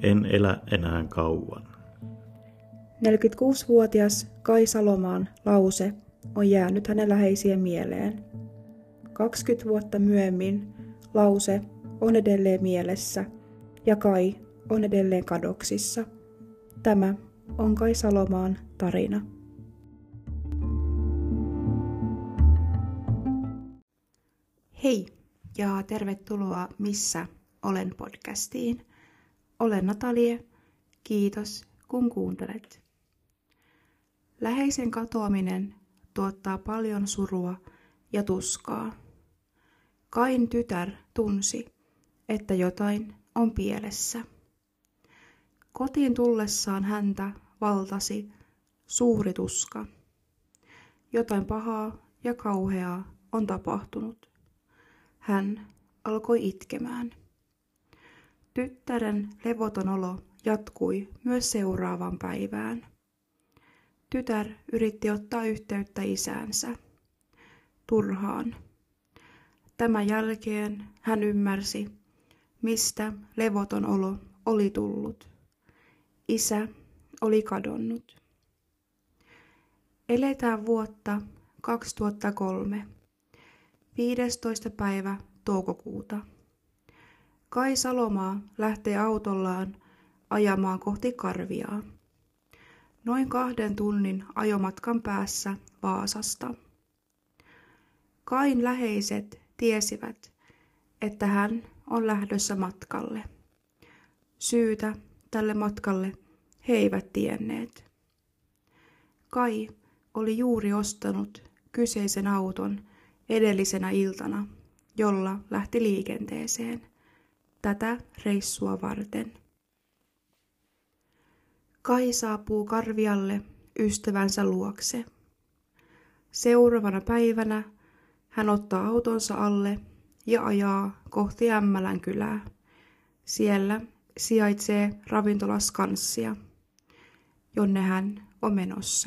en elä enää kauan. 46-vuotias Kai Salomaan lause on jäänyt hänen läheisien mieleen. 20 vuotta myöhemmin lause on edelleen mielessä ja Kai on edelleen kadoksissa. Tämä on Kai Salomaan tarina. Hei ja tervetuloa Missä olen podcastiin. Olen Natalie. Kiitos kun kuuntelet. Läheisen katoaminen tuottaa paljon surua ja tuskaa. Kain tytär tunsi, että jotain on pielessä. Kotiin tullessaan häntä valtasi suuri tuska. Jotain pahaa ja kauheaa on tapahtunut. Hän alkoi itkemään. Tyttären levoton olo jatkui myös seuraavaan päivään. Tytär yritti ottaa yhteyttä isäänsä. Turhaan. Tämän jälkeen hän ymmärsi, mistä levoton olo oli tullut. Isä oli kadonnut. Eletään vuotta 2003. 15. päivä toukokuuta. Kai Salomaa lähtee autollaan ajamaan kohti Karviaa. Noin 2 tunnin ajomatkan päässä Vaasasta. Kain läheiset tiesivät, että hän on lähdössä matkalle. Syytä tälle matkalle he eivät tienneet. Kai oli juuri ostanut kyseisen auton edellisenä iltana, jolla lähti liikenteeseen tätä reissua varten. Kai saapuu Karvialle ystävänsä luokse. Seuraavana päivänä hän ottaa autonsa alle ja ajaa kohti Ämmälän kylää. Siellä sijaitsee ravintola Skanssia, jonne hän on menossa.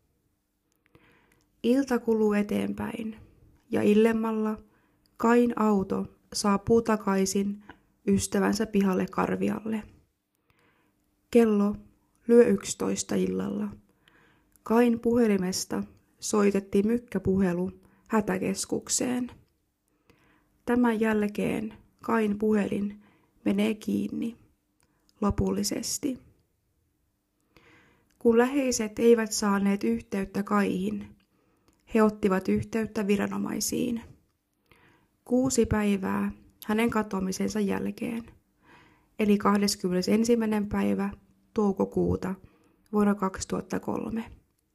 Ilta kuluu eteenpäin ja illemmalla Kain auto saapuu takaisin ystävänsä pihalle Karvialle. Kello lyö 11 illalla. Kain puhelimesta soitettiin mykkäpuhelu hätäkeskukseen. Tämän jälkeen Kain puhelin menee kiinni lopullisesti. Kun läheiset eivät saaneet yhteyttä Kaihin, he ottivat yhteyttä viranomaisiin. 6 päivää hänen katoamisensa jälkeen, eli 21. päivä toukokuuta vuonna 2003.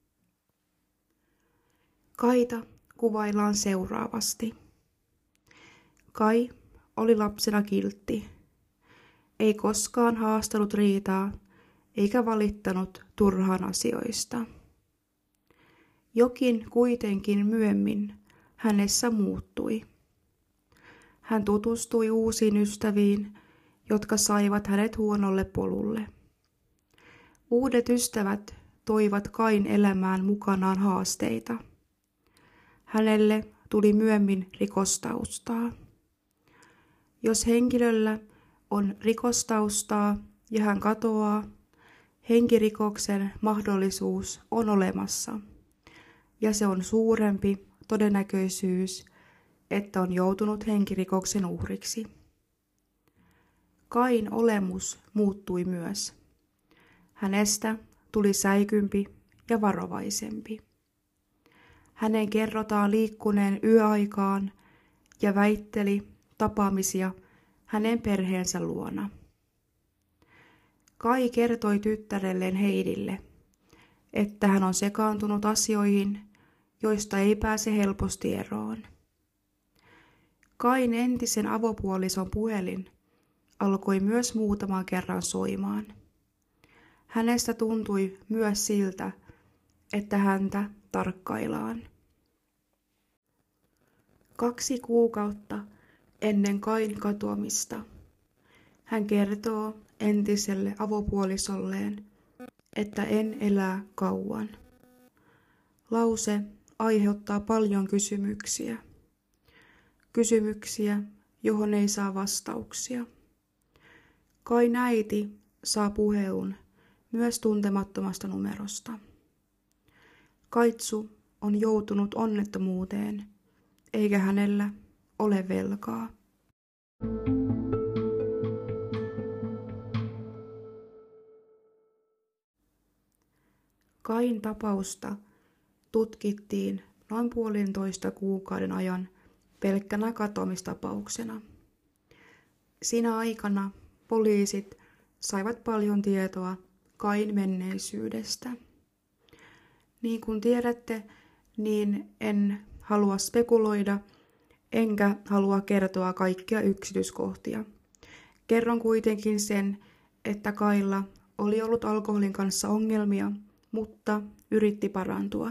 Kaita kuvaillaan seuraavasti. Kai oli lapsena kiltti. Ei koskaan haastanut riitaa eikä valittanut turhaan asioista. Jokin kuitenkin myöhemmin hänessä muuttui. Hän tutustui uusiin ystäviin, jotka saivat hänet huonolle polulle. Uudet ystävät toivat Kain elämään mukanaan haasteita. Hänelle tuli myöhemmin rikostaustaa. Jos henkilöllä on rikostaustaa ja hän katoaa, henkirikoksen mahdollisuus on olemassa. Ja se on suurempi todennäköisyys, että on joutunut henkirikoksen uhriksi. Kain olemus muuttui myös. Hänestä tuli säikympi ja varovaisempi. Hänen kerrotaan liikkuneen yöaikaan ja väitteli tapaamisia hänen perheensä luona. Kai kertoi tyttärelleen Heidille, että hän on sekaantunut asioihin, joista ei pääse helposti eroon. Kain entisen avopuolison puhelin alkoi myös muutaman kerran soimaan. Hänestä tuntui myös siltä, että häntä tarkkaillaan. 2 kuukautta ennen Kain katoamista hän kertoo entiselle avopuolisolleen, että en elää kauan. Lause aiheuttaa paljon kysymyksiä. Kysymyksiä, johon ei saa vastauksia. Kain äiti saa puhelun myös tuntemattomasta numerosta. Kaitsu on joutunut onnettomuuteen, eikä hänellä ole velkaa. Kain tapausta tutkittiin noin 1,5 kuukauden ajan pelkkänä katoamistapauksena. Siinä aikana poliisit saivat paljon tietoa Kain menneisyydestä. Niin kuin tiedätte, niin en halua spekuloida, enkä halua kertoa kaikkia yksityiskohtia. Kerron kuitenkin sen, että Kailla oli ollut alkoholin kanssa ongelmia, mutta yritti parantua.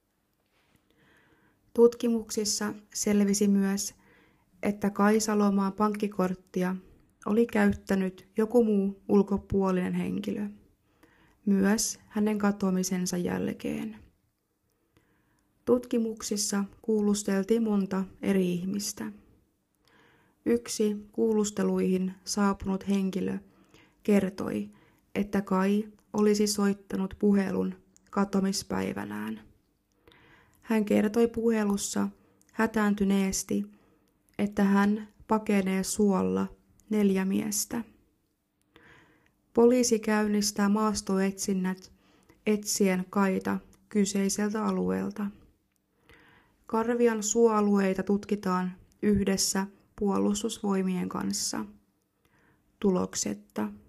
Tutkimuksissa selvisi myös, että Kai Salomaan pankkikorttia oli käyttänyt joku muu ulkopuolinen henkilö, myös hänen katoamisensa jälkeen. Tutkimuksissa kuulusteltiin monta eri ihmistä. Yksi kuulusteluihin saapunut henkilö kertoi, että Kai olisi soittanut puhelun katoamispäivänään. Hän kertoi puhelussa hätääntyneesti, että hän pakenee suolla 4 miestä. Poliisi käynnistää maastoetsinnät etsien Kaita kyseiseltä alueelta. Karvian suoalueita tutkitaan yhdessä puolustusvoimien kanssa. Tuloksetta.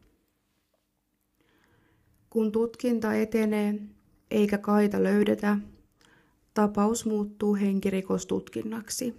Kun tutkinta etenee eikä Kaita löydetä, tapaus muuttuu henkirikostutkinnaksi.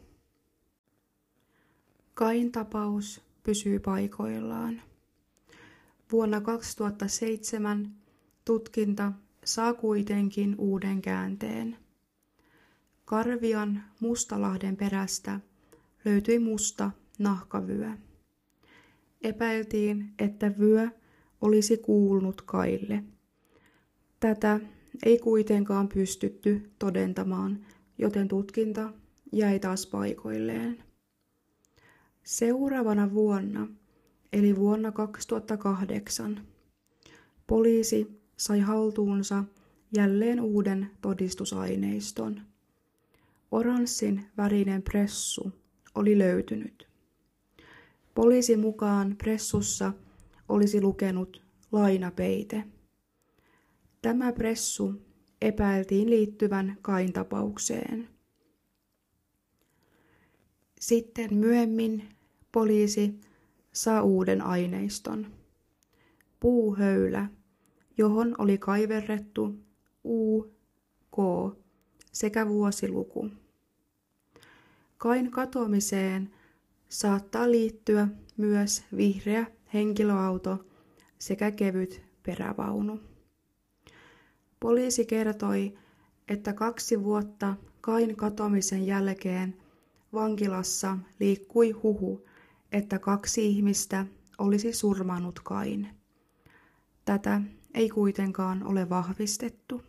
Kain tapaus pysyy paikoillaan. Vuonna 2007 tutkinta saa kuitenkin uuden käänteen. Karvian Mustalahden perästä löytyi musta nahkavyö. Epäiltiin, että vyö olisi kuulunut Kaille. Tätä ei kuitenkaan pystytty todentamaan, joten tutkinta jäi taas paikoilleen. Seuraavana vuonna, eli vuonna 2008, poliisi sai haltuunsa jälleen uuden todistusaineiston. Oranssin värinen pressu oli löytynyt. Poliisin mukaan pressussa olisi lukenut lainapeite. Tämä pressu epäiltiin liittyvän Kain tapaukseen. Sitten myöhemmin poliisi saa uuden aineiston. Puuhöylä, johon oli kaiverrettu UK sekä vuosiluku. Kain katoamiseen saattaa liittyä myös vihreä henkilöauto sekä kevyt perävaunu. Poliisi kertoi, että 2 vuotta Kain katoamisen jälkeen vankilassa liikkui huhu, että 2 ihmistä olisi surmannut Kain. Tätä ei kuitenkaan ole vahvistettu.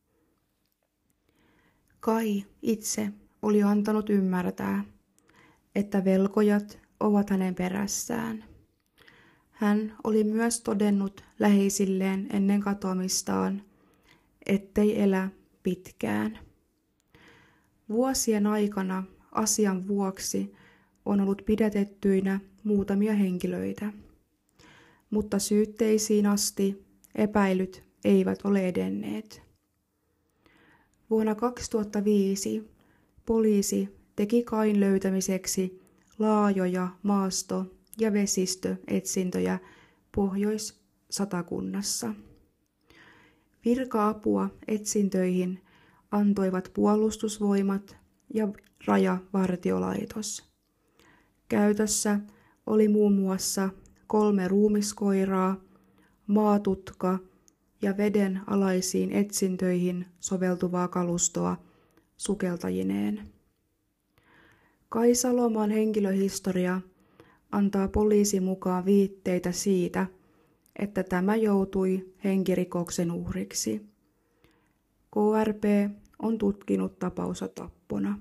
Kai itse oli antanut ymmärtää, että velkojat ovat hänen perässään. Hän oli myös todennut läheisilleen ennen katoamistaan, ettei elä pitkään. Vuosien aikana asian vuoksi on ollut pidätettyinä muutamia henkilöitä, mutta syytteisiin asti epäilyt eivät ole edenneet. Vuonna 2005 poliisi teki Kain löytämiseksi laajoja maasto- ja vesistöetsintöjä Pohjois-Satakunnassa. Virka-apua etsintöihin antoivat puolustusvoimat ja rajavartiolaitos. Käytössä oli muun muassa 3 ruumiskoiraa, maatutka ja veden alaisiin etsintöihin soveltuvaa kalustoa sukeltajineen. Kai Salomaan henkilöhistoria antaa poliisin mukaan viitteitä siitä, että tämä joutui henkirikoksen uhriksi. KRP on tutkinut tapausta tappona.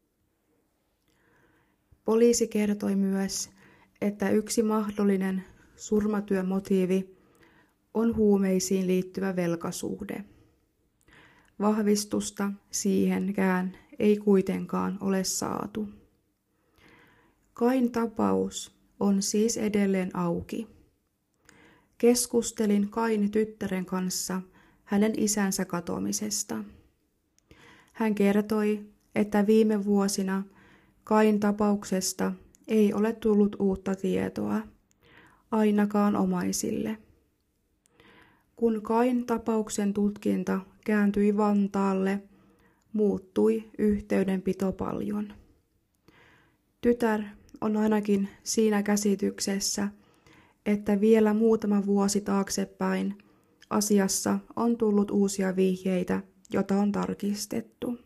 Poliisi kertoi myös, että yksi mahdollinen surmatyön motiivi on huumeisiin liittyvä velkasuhde. Vahvistusta siihenkään ei kuitenkaan ole saatu. Kain tapaus on siis edelleen auki. Keskustelin Kain tyttären kanssa hänen isänsä katoamisesta. Hän kertoi, että viime vuosina Kain tapauksesta ei ole tullut uutta tietoa, ainakaan omaisille. Kun Kain tapauksen tutkinta kääntyi Vantaalle, muuttui yhteydenpito paljon. Tytär on ainakin siinä käsityksessä, että vielä muutama vuosi taaksepäin asiassa on tullut uusia vihjeitä, joita on tarkistettu.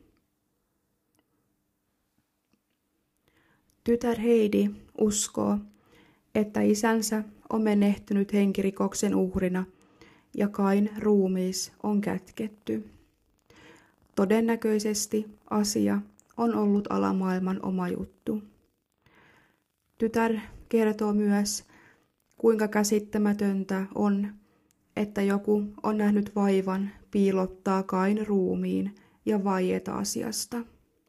Tytär Heidi uskoo, että isänsä on menehtynyt henkirikoksen uhrina ja Kain ruumiis on kätketty. Todennäköisesti asia on ollut alamaailman oma juttu. Tytär kertoo myös, kuinka käsittämätöntä on, että joku on nähnyt vaivan piilottaa Kain ruumiin ja vaieta asiasta.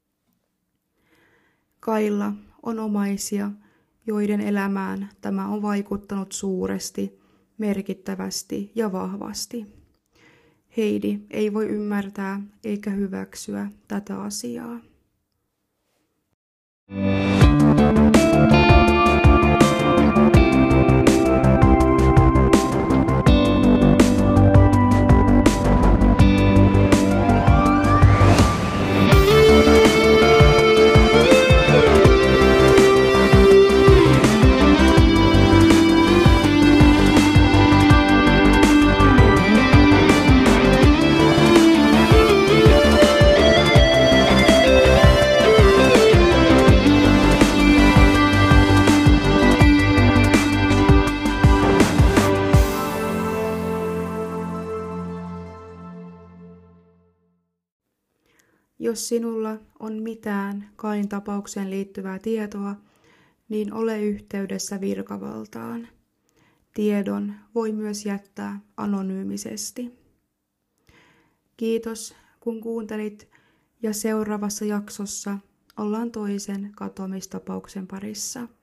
Kailla on omaisia, joiden elämään tämä on vaikuttanut suuresti, merkittävästi ja vahvasti. Heidi ei voi ymmärtää eikä hyväksyä tätä asiaa. Jos sinulla on mitään Kain tapaukseen liittyvää tietoa, niin ole yhteydessä virkavaltaan. Tiedon voi myös jättää anonyymisesti. Kiitos kun kuuntelit ja seuraavassa jaksossa ollaan toisen katoamistapauksen parissa.